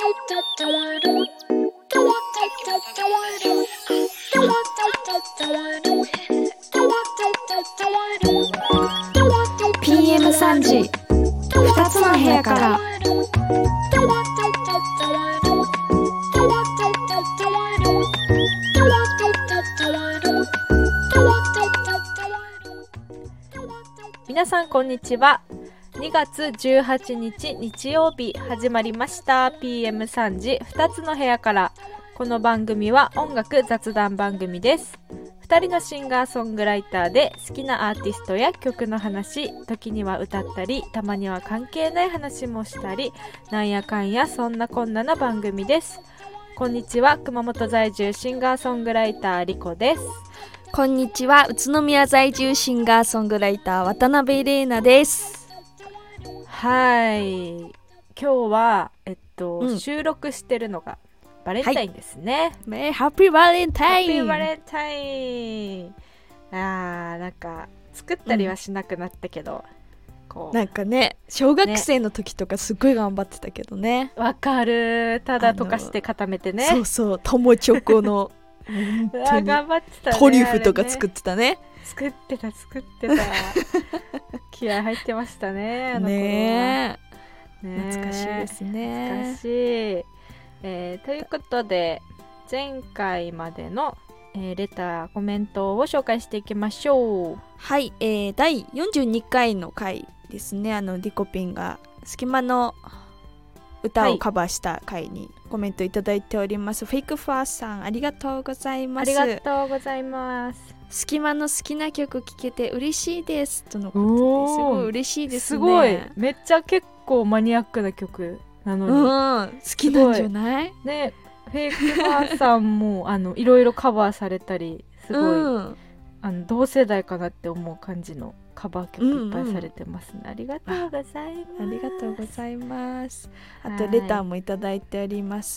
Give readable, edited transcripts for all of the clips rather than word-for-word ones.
PM3 時2つの部屋から皆さんこんにちは。2月18日日曜日始まりました PM3 時2つの部屋から。この番組は音楽雑談番組です。2人のシンガーソングライターで好きなアーティストや曲の話、時には歌ったり、たまには関係ない話もしたり、なんやかんやそんなこんなな番組です。こんにちは、熊本在住シンガーソングライターリコです。 こんにちは、宇都宮在住シンガーソングライター渡辺玲奈です。 はい、今日は、収録してるのがバレンタインですね。 ハッピーバレンタイン。 ハッピーバレンタイン。なんか作ったりはしなくなったけど、こうなんかね、小学生の時とかすごい頑張ってたけどね。 わかる。ただ溶かして固めてね。 そうそう、友チョコの本当に頑張ってたね。 トリュフとか作ってたね。 作ってた気合入ってましたね、あの頃は。 ねえ、懐かしいですね。 懐かしい。ということで前回までの、レターコメントを紹介していきましょう。 はい、第42回の回ですね。リコピンが隙間の歌をカバーした回にコメントいただいております、フェイクファーさん、ありがとうございます。 ありがとうございます。 隙間の好きな曲聴けて嬉しいですとのことですごい嬉しいですね。 すごい、めっちゃ結構マニアックな曲なのに、 好きなんじゃないね。フェイクファーさんもいろいろカバーされたり、すごい、同世代かなって思う感じのカバー曲いっぱいされてますね。ありがとうございます。 ありがとうございます。あとレターもいただいております。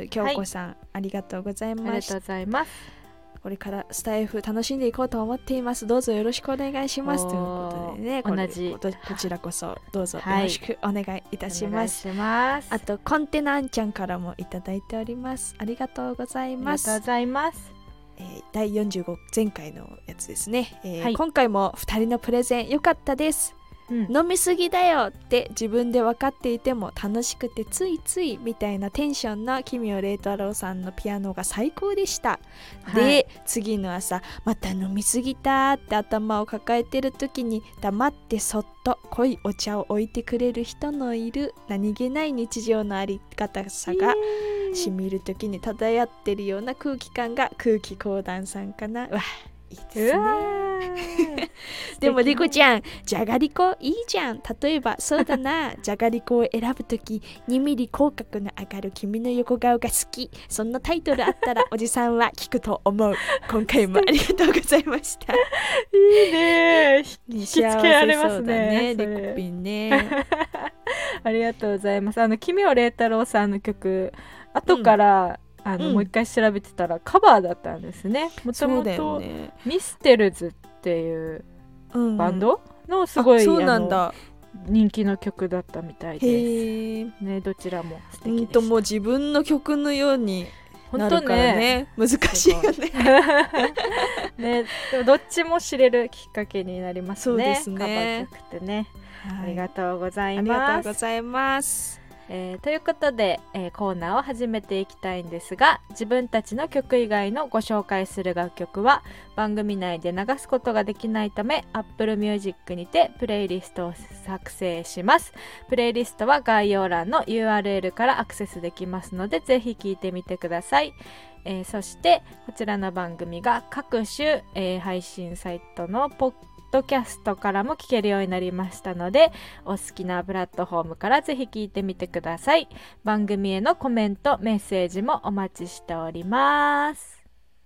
京子さん、ありがとうございます。 ありがとうございます。 これからスタイフ楽しんでいこうと思っています。どうぞよろしくお願いしますということでね、こちらこそどうぞよろしくお願いいたします。あとコンテナンちゃんからもいただいております。ありがとうございます。 ありがとうございます。 第45前回のやつですね、今回も2人のプレゼン良かったです、飲みすぎだよって自分で分かっていても楽しくてついついみたいなテンションの奇妙麗太郎さんのピアノが最高でした、で次の朝また飲みすぎたって頭を抱えてる時に黙ってそっと濃いお茶を置いてくれる人のいる何気ない日常のありがたさがしみる時に漂ってるような空気感が空気講談さんかな。わ、いいですねでもリコちゃん、じゃがりこいいじゃん。例えばそうだなじゃがりこを選ぶとき2ミリ口角の上がる君の横顔が好き、そんなタイトルあったらおじさんは聞くと思う。今回もありがとうございましたいいね、引きつけられますね、 リコピンねありがとうございます。奇妙麗太郎さんの曲後から、もう一回調べてたらカバーだったんですね。もともとミステルズっていうバンドのすごい、人気の曲だったみたいです、ね、どちらも素敵でした。 もう自分の曲のようになるからね、難しいよねね、でもどっちも知れるきっかけになりますね。 そうですね、 カバー曲ってね、ありがとうございます。 ありがとうございます。 ということで、コーナーを始めていきたいんですが、自分たちの曲以外のご紹介する楽曲は番組内で流すことができないため Apple Music にてプレイリストを作成します。プレイリストは概要欄の URL からアクセスできますので、ぜひ聴いてみてください。そしてこちらの番組が各種、配信サイトのポッドキャストからも聞けるようになりましたので、お好きなプラットフォームからぜひ聞いてみてください。番組へのコメント、メッセージもお待ちしております。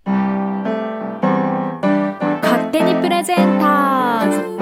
勝手にプレゼンターズ、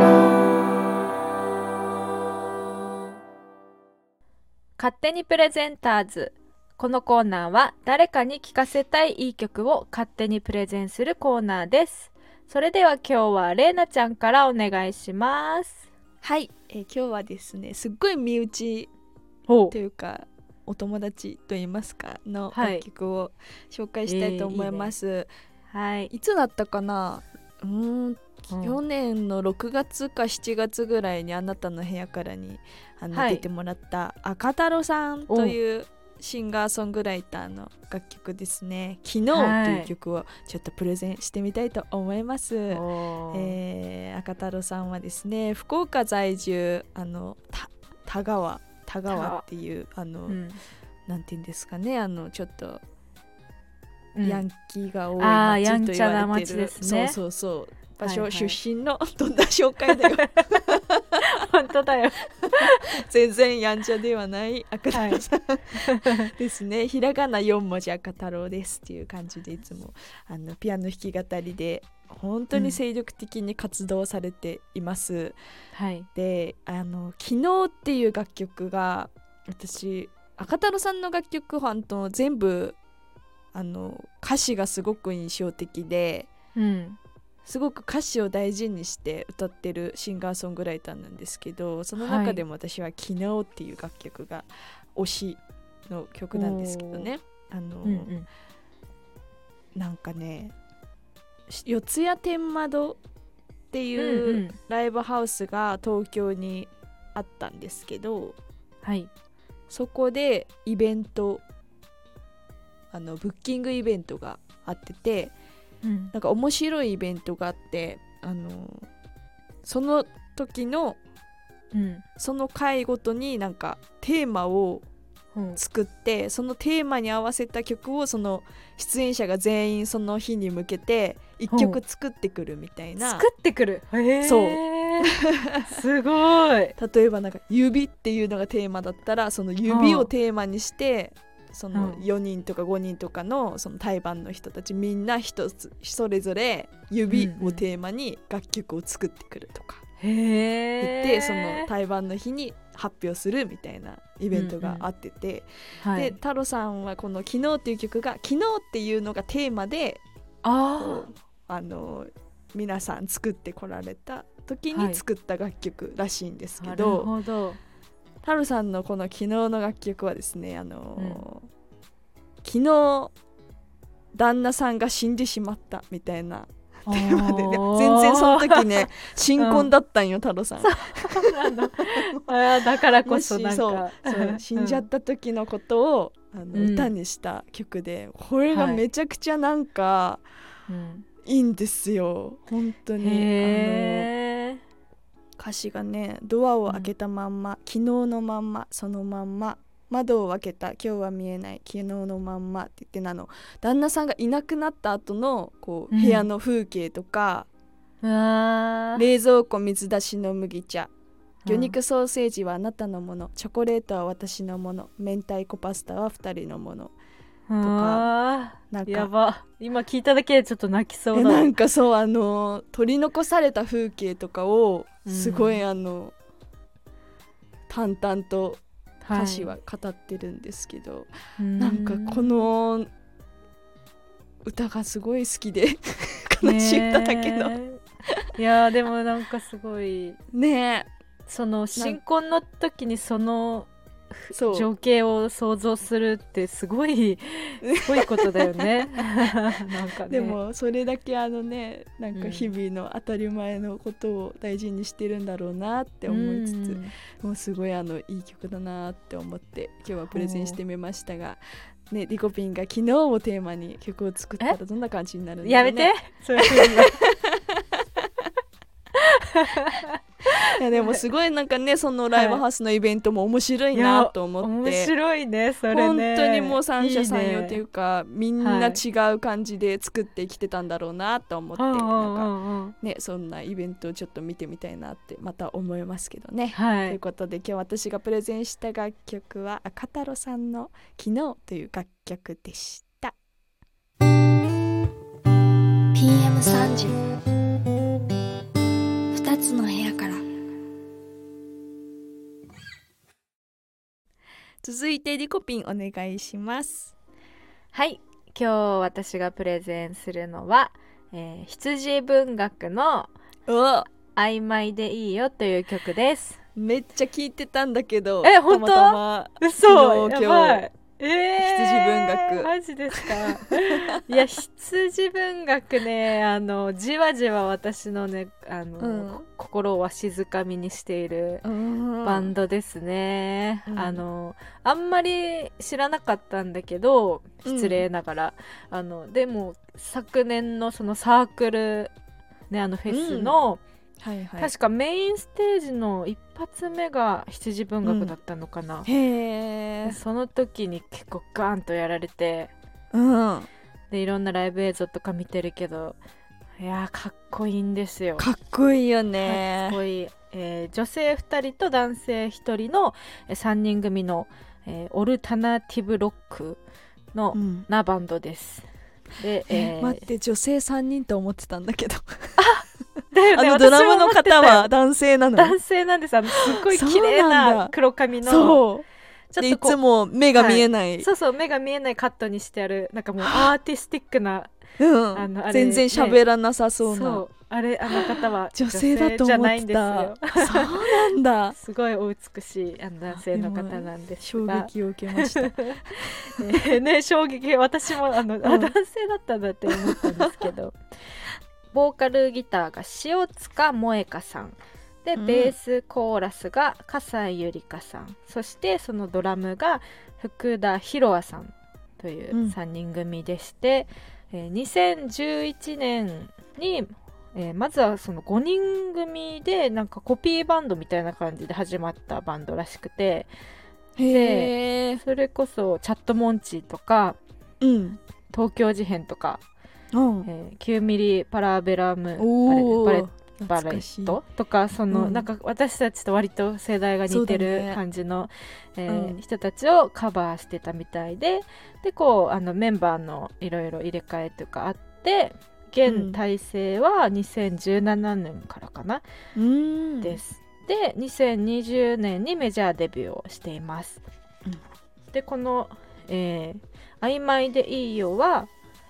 勝手にプレゼンターズ。このコーナーは誰かに聴かせたいいい曲を勝手にプレゼンするコーナーです。それでは今日はれいなちゃんからお願いします。 はい、今日はですね、すっごい身内というかお友達といいますかの楽曲を紹介したいと思います。 はい、 いつだったかな、去年の6月か7月ぐらいにあなたの部屋からに出てもらった赤太郎さんというシンガーソングライターの楽曲ですね。昨日という曲をちょっとプレゼンしてみたいと思います。赤太郎さんはですね、福岡在住田川っていうなんていうんですかね、ちょっとヤンキーが多い町と言われてる、そう場所出身のどんな紹介だよ本当だよ全然やんちゃではない赤太郎さん、ですね。ひらがな4文字赤太郎ですっていう感じでいつもピアノ弾き語りで本当に精力的に活動されています。で昨日っていう楽曲が、私赤太郎さんの楽曲全部歌詞がすごく印象的で、すごく歌詞を大事にして歌ってるシンガーソングライターなんですけど、その中でも私は昨日っていう楽曲が推しの曲なんですけどね、なんかね、四谷天窓っていうライブハウスが東京にあったんですけど、そこでイベントブッキングイベントがあってて、なんか面白いイベントがあって、その時の、その回ごとになんかテーマを作って、そのテーマに合わせた曲をその出演者が全員その日に向けて1曲作ってくるみたいな。 作ってくる、そうすごい。例えばなんか指っていうのがテーマだったら、その指をテーマにしてその4人とか5人とかのその対バンの人たちみんなそれぞれ指をテーマに楽曲を作ってくるとか言ってその対バンの日に発表するみたいなイベントがあってて、で太郎さんはこの「昨日」っていう曲が昨日っていうのがテーマで皆さん作ってこられた時に作った楽曲らしいんですけど、 なるほど。 太郎さんのこの昨日の楽曲はですね、昨日旦那さんが死んでしまったみたいなテーマで、ね、全然その時ね新婚だったんよ、太郎さん。 だからこそなんかそう死んじゃった時のことを歌にした曲で、これがめちゃくちゃなんか、いいんですよ本当に。歌詞がね、ドアを開けたまんま、昨日のまんまそのまんま、窓を開けた今日は見えない昨日のまんまって言って、旦那さんがいなくなった後のこう部屋の風景とか、冷蔵庫水出しの麦茶、魚肉ソーセージはあなたのもの、チョコレートは私のもの、明太子パスタは2人のものとか、なんかやば、今聞いただけでちょっと泣きそうだ。 なんかそう取り残された風景とかをすごい淡々と歌詞は語ってるんですけど、なんかこの歌がすごい好きで悲しい歌だけど、 いやでもなんかすごいね、 その新婚の時にその情景を想像するってすごいことだよねなんかね、 でもそれだけなんか日々の当たり前のことを大事にしてるんだろうなって思いつつ、もうすごいいい曲だなって思って今日はプレゼンしてみましたが、ね、リコピンが昨日をテーマに曲を作ったらどんな感じになるんだろうね。 やめてそういう風にいやでもすごいなんかね、そのライブハウスのイベントも面白いなと思って、 面白いねそれね。 本当にもう三者三様というか、みんな違う感じで作ってきてたんだろうなと思って、なんかね、そんなイベントをちょっと見てみたいなってまた思いますけどね、ということで今日私がプレゼンした楽曲は赤太郎さんの昨日という楽曲でした。 PM3 時2つの部屋から。続いてリコピンお願いします。 はい、今日私がプレゼンするのは、羊文学の曖昧でいいよという曲です。 めっちゃ聞いてたんだけど、 本当？ たまたま嘘、 昨日やばい。 羊文学マジですか。いや、羊文学ね、じわじわ私のね、心をわしづかみにしているバンドですね。あんまり知らなかったんだけど、失礼ながら、でも昨年のそのサークルね、フェスの、はいはい、確かメインステージの一発目が羊文学だったのかな、へー。その時に結構ガーンとやられて、でいろんなライブ映像とか見てるけど、いやかっこいいんですよ。 かっこいいよね。 かっこいい、女性2人と男性1人の3人組の、オルタナティブロックの、なバンドです。で、 待って、女性3人と思ってたんだけどだよね、 ドラムの方は男性なの？ 男性なんです。すっごい綺麗な黒髪の、そうちょっといつも目が見えない、 はい、そう目が見えないカットにしてある、なんかもうアーティスティックな、 全然喋らなさそうな、 そうあの方は女性だと思ってた。 じゃないんですよ。 そうなんだ。 すごいお美しい男性の方なんです衝撃を受けましたね、衝撃。私も男性だったんだって思ったんですけどボーカルギターが塩塚萌香さんで、ベースコーラスが笠井ゆりかさん、そしてそのドラムが福田博和さんという3人組でして、2011年に、まずはその5人組でなんかコピーバンドみたいな感じで始まったバンドらしくて、でそれこそチャットモンチーとか、東京事変とか、9ミリパラベラムバレットとか、その、なんか私たちと割と世代が似てる感じの、人たちをカバーしてたみたいで、でこうメンバーのいろいろ入れ替えとかあって、現体制は2017年からかな、です。で2020年にメジャーデビューをしています。でこの、曖昧でいいよは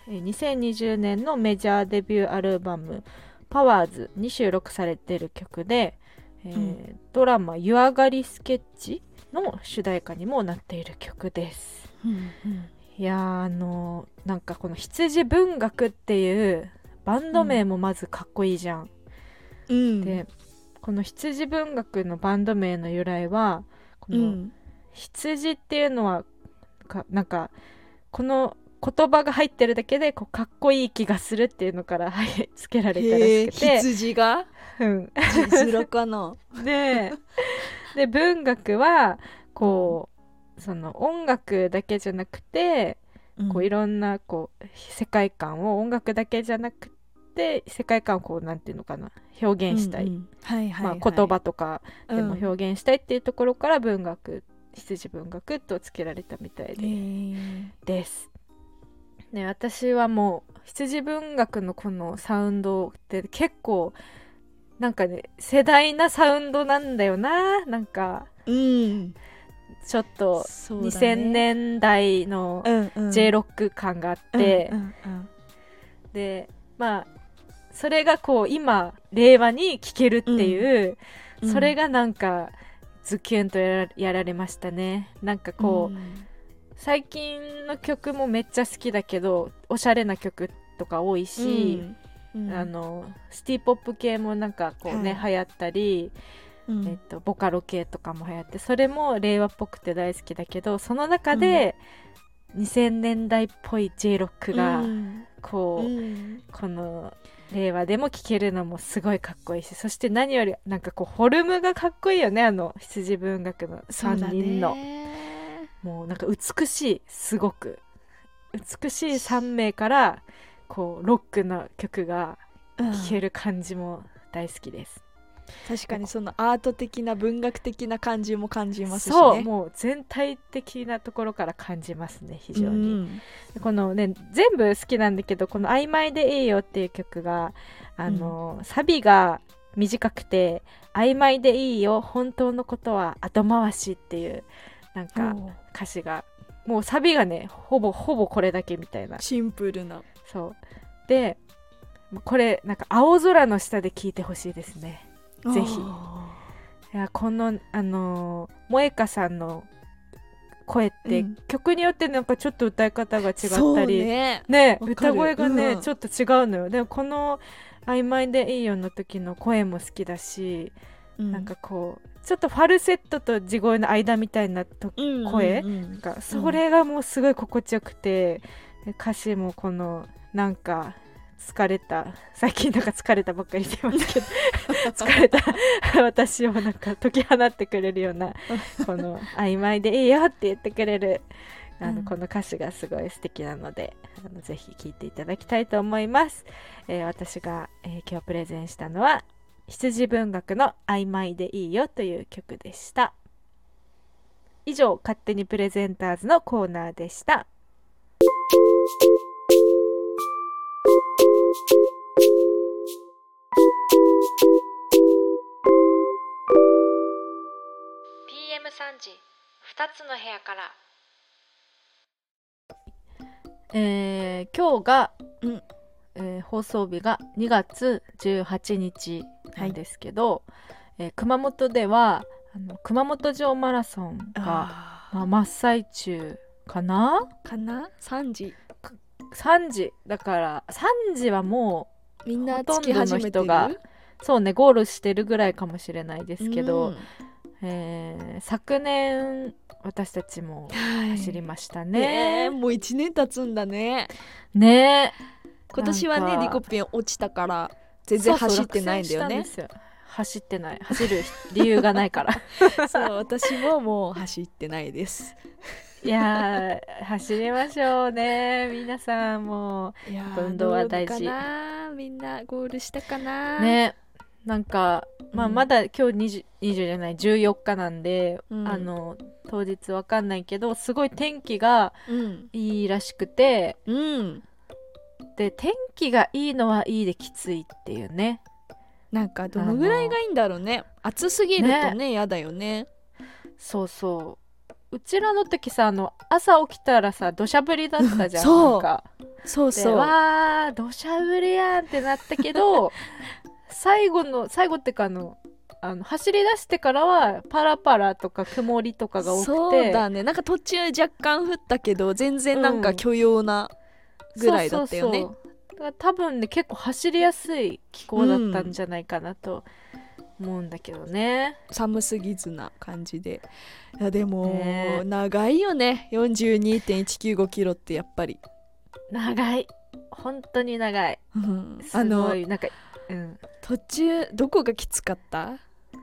2020年のメジャーデビューアルバムパワーズに収録されている曲で、ドラマ湯上がりスケッチの主題歌にもなっている曲です。いやなんかこの羊文学っていうバンド名もまずかっこいいじゃん、でこの羊文学のバンド名の由来はこの羊っていうのはなんかこの言葉が入ってるだけでこうかっこいい気がするっていうのからつけられたらしくて、 羊が字面かなで文学はこう、その音楽だけじゃなくて、こういろんなこう世界観を音楽だけじゃなくて世界観をこうなんていうのかな表現したい、言葉とかでも表現したいっていうところから文学、羊文学とつけられたみたいです。ね、私はもう羊文学のこのサウンドって結構なんかね世代なサウンドなんだよな。なんか、ちょっと2000年代の J ロック感があって、でまあそれがこう今令和に聴けるっていう、それがなんかズキュンとやられましたね。なんかこう、最近の曲もめっちゃ好きだけどおしゃれな曲とか多いし、シティポップ系もなんかこうね、流行ったり、ボカロ系とかも流行って、それも令和っぽくて大好きだけど、その中で、2000年代っぽい J ロックがこう、この令和でも聴けるのもすごいかっこいいし、そして何よりなんかこうフォルムがかっこいいよね。羊文学の3人のもうなんか美しい、すごく美しい3名からこうロックな曲が聴ける感じも大好きです。 確かにそのアート的な文学的な感じも感じますしね。 そうもう全体的なところから感じますね、非常に、このね全部好きなんだけど、この曖昧でいいよっていう曲がサビが短くて、曖昧でいいよ本当のことは後回しっていうなんか歌詞が、もうサビがねほぼこれだけみたいなシンプルな。 そうでこれなんか青空の下で聴いてほしいですね。ぜひいやこの萌歌さんの声って、曲によってなんかちょっと歌い方が違ったりね歌声がね、ちょっと違うのよ。でもこの曖昧でいいよの時の声も好きだし、なんかこうちょっとファルセットと地声の間みたいな声が、それがもうすごい心地よくて、歌詞もこのなんか疲れた、最近なんか疲れたばっかり言ってますけど疲れた私をなんか解き放ってくれるようなこの曖昧でいいよって言ってくれるこの歌詞がすごい素敵なので、ぜひ聴いていただきたいと思います。私が、今日プレゼンしたのは羊文学の曖昧でいいよという曲でした。以上、勝手にプレゼンターズのコーナーでした。 PM3 時2つの部屋から、 今日が、放送日が2月18日なんですけど、熊本では熊本城マラソンが真っ最中かな 3時だから3時はもうみんなほとんどの人がそうねゴールしてるぐらいかもしれないですけど、昨年私たちも走りましたね、 もう1年経つんだね。 今年はねリコピン落ちたから全然走ってないんだよね。 走ってない、走る理由がないからそう私ももう走ってないです。 いや走りましょうね皆さん。もう運動は大事。 みんなゴールしたかなね。なんか、まだ今日20じゃない14日なんで、当日わかんないけどすごい天気がいいらしくて、で天気がいいのはいいできついっていうね。 なんかどのぐらいがいいんだろうね。暑すぎるとねやだよね。 そうそう、うちらの時さ朝起きたらさ土砂降りだったじゃん。 そうわー土砂降りやんってなったけど最後ってか走り出してからはパラパラとか曇りとかが多くて、 そうだね、なんか途中若干降ったけど全然なんか許容なぐらいだったよね。 だから多分ね結構走りやすい気候だったんじゃないかなと思うんだけどね、 寒すぎずな感じで。いやでも、長いよね 42.195 キロってやっぱり長い、本当に長い、すごいなんか、 途中どこがきつかった？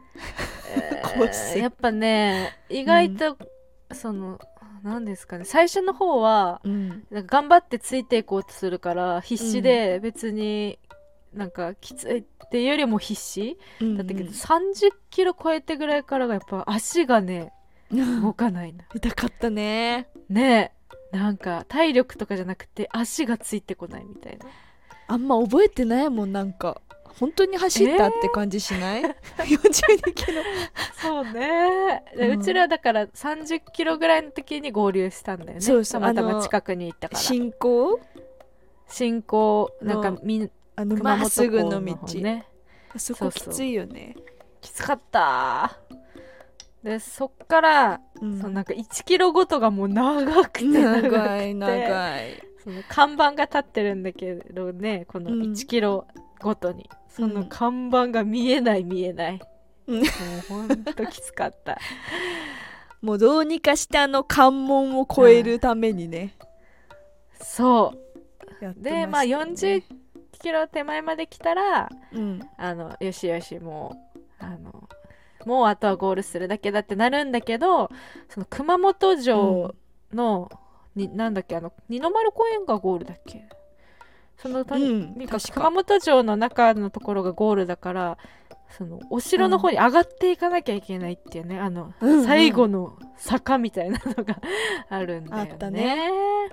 やっぱね意外と、何ですかね、最初の方は、なんか頑張ってついていこうとするから必死で、別になんかきついっていうよりも必死だったけど、30キロ超えてぐらいからがやっぱ足がね動かないの痛かったね。 なんか体力とかじゃなくて足がついてこないみたいな。 あんま覚えてないもん。なんか本当に走ったって感じしない？42キロそうね、うちらだから30キロぐらいの時に合流したんだよね。そうたまたま近くに行ったから。進行なんかまっすぐの道ね。そこきついよね。 きつかったで、そっから、なんか1キロごとがもう長くて長いその看板が立ってるんだけどね、この1キロごとに、その看板が見えない、もうほんときつかったもうどうにかして関門を越えるためにね、 そうで、40キロ手前まで来たら、よしもうあとはゴールするだけだってなるんだけど、その熊本城の、なんだっけ二の丸公園がゴールだっけ、熊本城の中のところがゴールだから、そのお城の方に上がっていかなきゃいけないっていうね、最後の坂みたいなのがあるんだよね。あったね。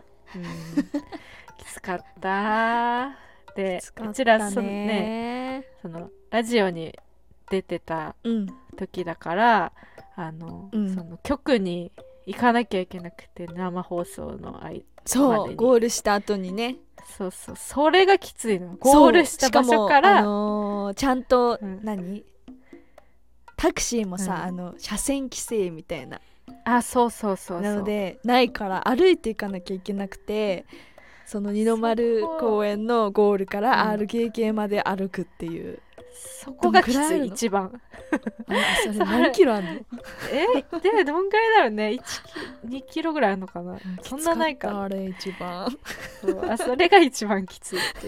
きつかったで、うちらそのラジオに出てた時だから、その局に行かなきゃいけなくて、生放送のそうゴールした後にね、 それがきついの。ゴールした場所からちゃんと、 タクシーもさ、車線規制みたいな、 そうなのでないから歩いていかなきゃいけなくて、その二の丸公園のゴールから RKK まで歩くっていう、 そこがきつい一番。 それ何キロあんの？ でどんぐらいだろうね、2キロぐらいあるのかな。そんなないかな。 あれ一番それが一番きついって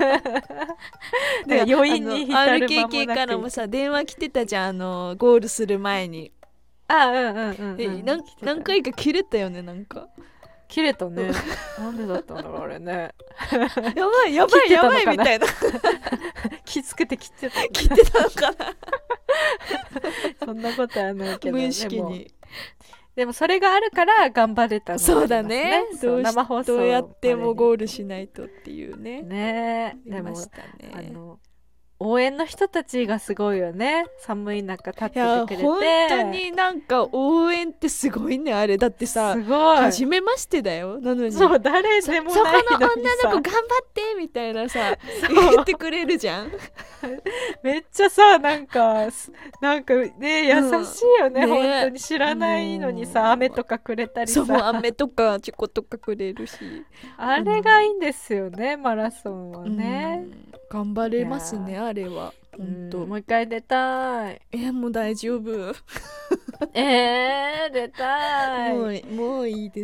で余韻に浸る間もなく RKK からもさ電話来てたじゃん、ゴールする前に。何回か切れたよね。なんか切れたねなんでだったんだろうあれねやばいみたいなきつくて切ってたのかなそんなことはないけど、 無意識に。 でもそれがあるから頑張れたの、 そうだね。 生放送どうやってもゴールしないとっていうね。 でもね、 応援の人たちがすごいよね。寒い中立っててくれて。 本当になんか応援ってすごいね。あれだってさ、 すごい初めましてだよ。なのにそう誰でもないのにさ、 そこの女の子頑張ってみたいなさ言ってくれるじゃんめっちゃさなんかね優しいよね、本当に知らないのにさ、雨とかくれたりさ、 そう雨とかチョコとかくれるし、 あれがいいんですよね、マラソンはね。 頑張れますね、あれは。本当もう一回出たい。 もう大丈夫出たい。 もういいです。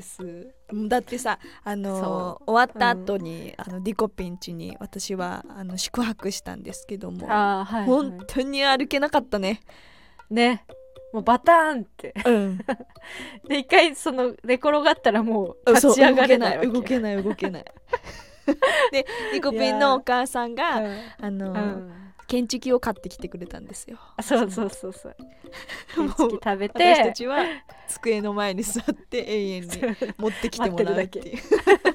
だってさ終わった後に、ディコピン家に私は宿泊したんですけども、本当に歩けなかったね。 もうバターンって、で一回その寝転がったらもう立ち上がれないわけ。 動けないでディコピンのお母さんが建築を買ってきてくれたんですよ。 そう建築食べて私たちは机の前に座って永遠に持ってきてもらうっていう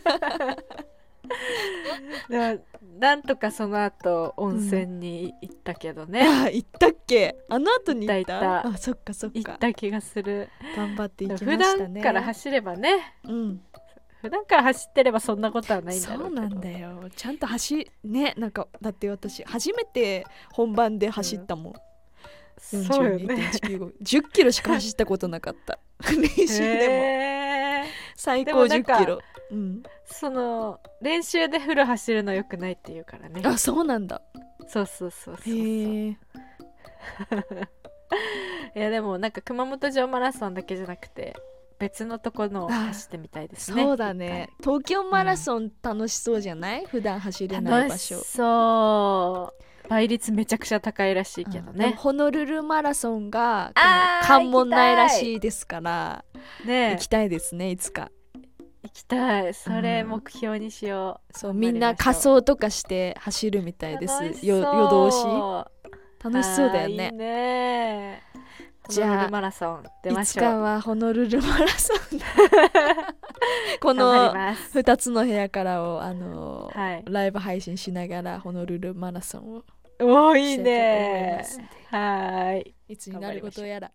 なんとかその後温泉に行ったけどね、 行ったっけ？あの後に行った？ あ、 そっか行った気がする。 頑張って行きましたね。 普段から走ればね、普段から走ってればそんなことはないんだろうけど。 そうなんだよ。ちゃんとなんかだって私初めて本番で走ったもん。 そうよね。 10キロしか走ったことなかった。練習でも最高10キロ。 その練習でフル走るの良くないっていうからね。 そうなんだ。 そういやでもなんか熊本城マラソンだけじゃなくて別のところの走ってみたいですね。 そうだね。東京マラソン楽しそうじゃない？普段走れない場所。 そう倍率めちゃくちゃ高いらしいけどね。 ホノルルマラソンが関門内らしいですから行きたいですね。いつか行きたい。それ目標にしよう。 そうみんな仮装とかして走るみたいです。夜通し楽しそうだよね。 いいね。 じゃあホノルルマラソン出ましょう。 いつかはホノルルマラソンこの2つの部屋からをライブ配信しながらホノルルマラソンをいいね。 いつになることやら。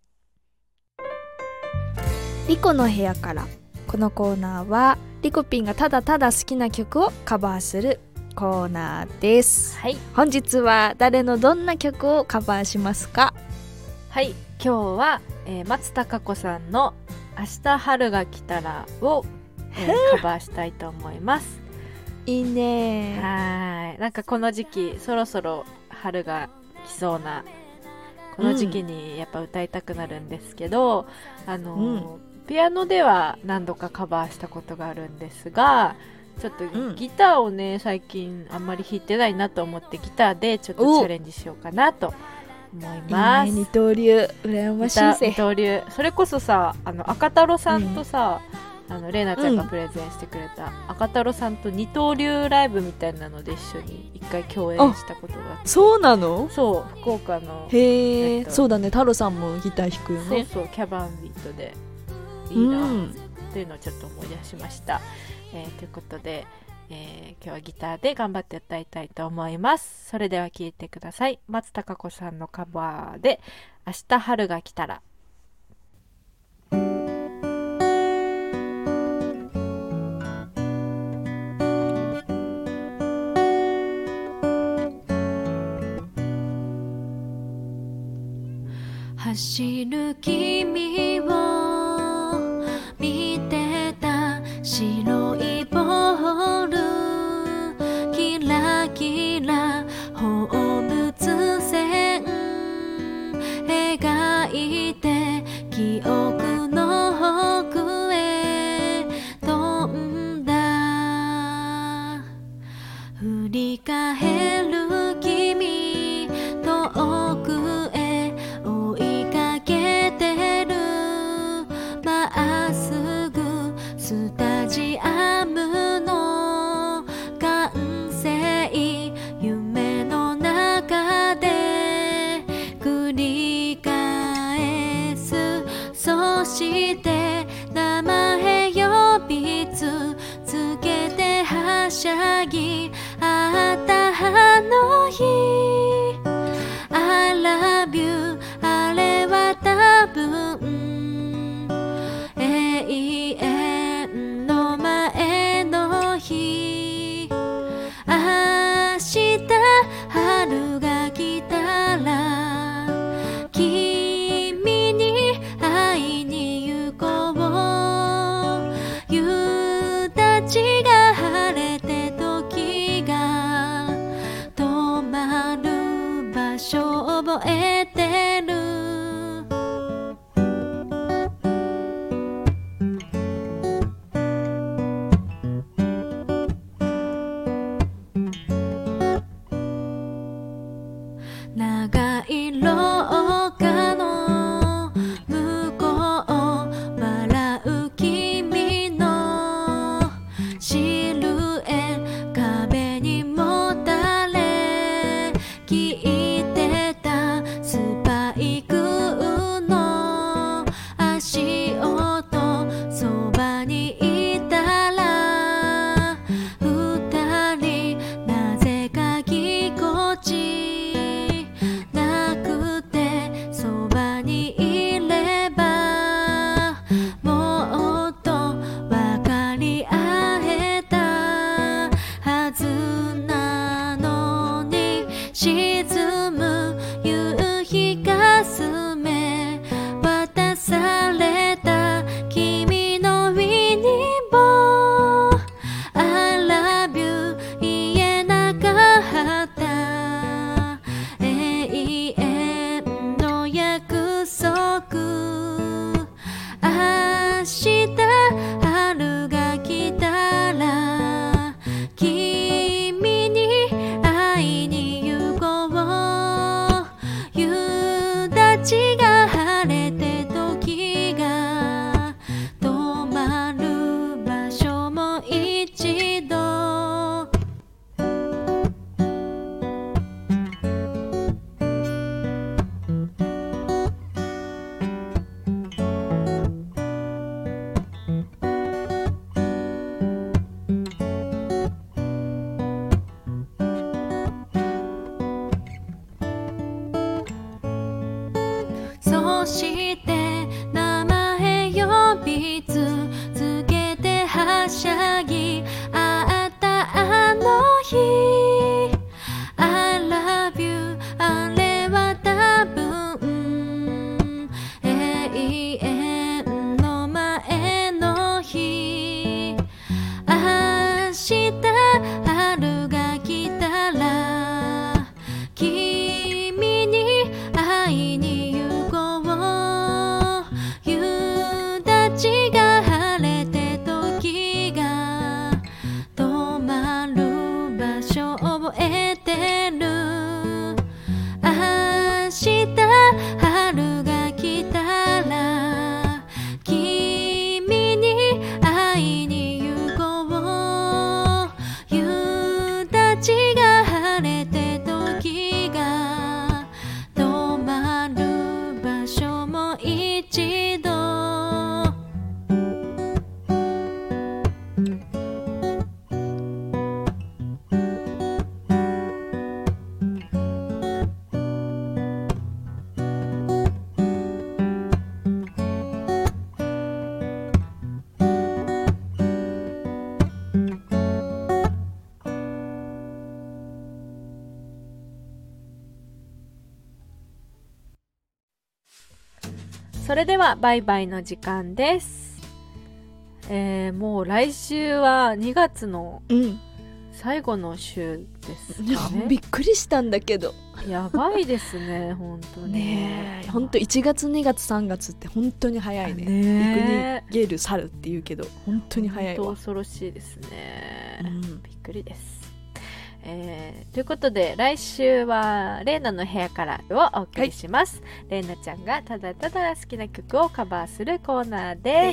リコの部屋から。このコーナーはリコピンがただただ好きな曲をカバーするコーナーです。本日は誰のどんな曲をカバーしますか？ 今日は、松たか子さんの明日春が来たらを、カバーしたいと思います。 いいね。 なんかこの時期そろそろ春が来そうなこの時期にやっぱ歌いたくなるんですけど、ピアノでは何度かカバーしたことがあるんですが、ちょっとギターをね最近あんまり弾いてないなと思ってギターでちょっとチャレンジしようかなと思います。 二刀流羨ましいぜ。 二刀流。それこそさ赤太郎さんとさ、レイナちゃんがプレゼンしてくれた、赤太郎さんと二刀流ライブみたいなので一緒に一回共演したことがあって。そうなの？そう福岡の。 へえ、そうだね。太郎さんもギター弾くよね。 そうキャバンビートでいいなっていうのをちょっと思い出しました。ということで、今日はギターで頑張って歌いたいと思います。それでは聴いてください。松たか子さんのカバーで明日春が来たら。 明走る君を見てた白いボールキラキラ放物線描いて記憶の奥へ飛んだ振り返る君遠くへ追いかけてるまっすぐスタジアムの完成夢の中で繰り返すそして名前呼び続けてはしゃぎあったあの日 I love you あれは多分永遠の前の日明日春が来たら君に会いに行こう夕立が晴れて時が止まる場所覚えてる長い廊下の向こう笑う君のシルエ壁にもたれ聞いてたスパイクの足音そばにいたら二人なぜかぎこちなくてそばにいればもっと分かり合えたはずなのに沈む夕日かすめ渡された君のウィニーボー I love you 言えなかった永遠の約束明日春が来たら君に会いに行こう夕立が晴れて時が止まる場所も一度そして名前呼び続けてはしゃぎあったあの日 I love you あれは多分永遠の前の日明日春が来たら君に会いに行こう夕立が晴れて時がそれではバイバイの時間です。もう来週は2月の最後の週ですね。 びっくりしたんだけど。 やばいですね本当にね。本当1月2月3月って本当に早いね。行くにゲル去るって言うけど本当に早いわ。 本当恐ろしいですね、びっくりです。ということで来週はレイナの部屋からをお送りします、レイナちゃんがただただ好きな曲をカバーするコーナーです、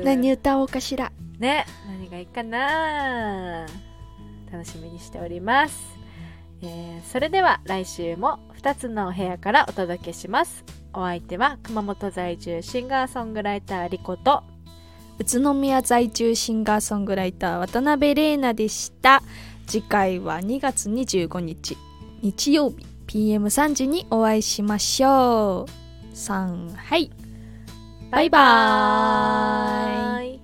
何歌おうかしらね。何がいいかな、楽しみにしております。それでは来週も2つのお部屋からお届けします。お相手は熊本在住シンガーソングライターリコと宇都宮在住シンガーソングライター渡辺玲奈でした。次回は2月25日日曜日 PM3 時にお会いしましょう。はい、バイバーイ。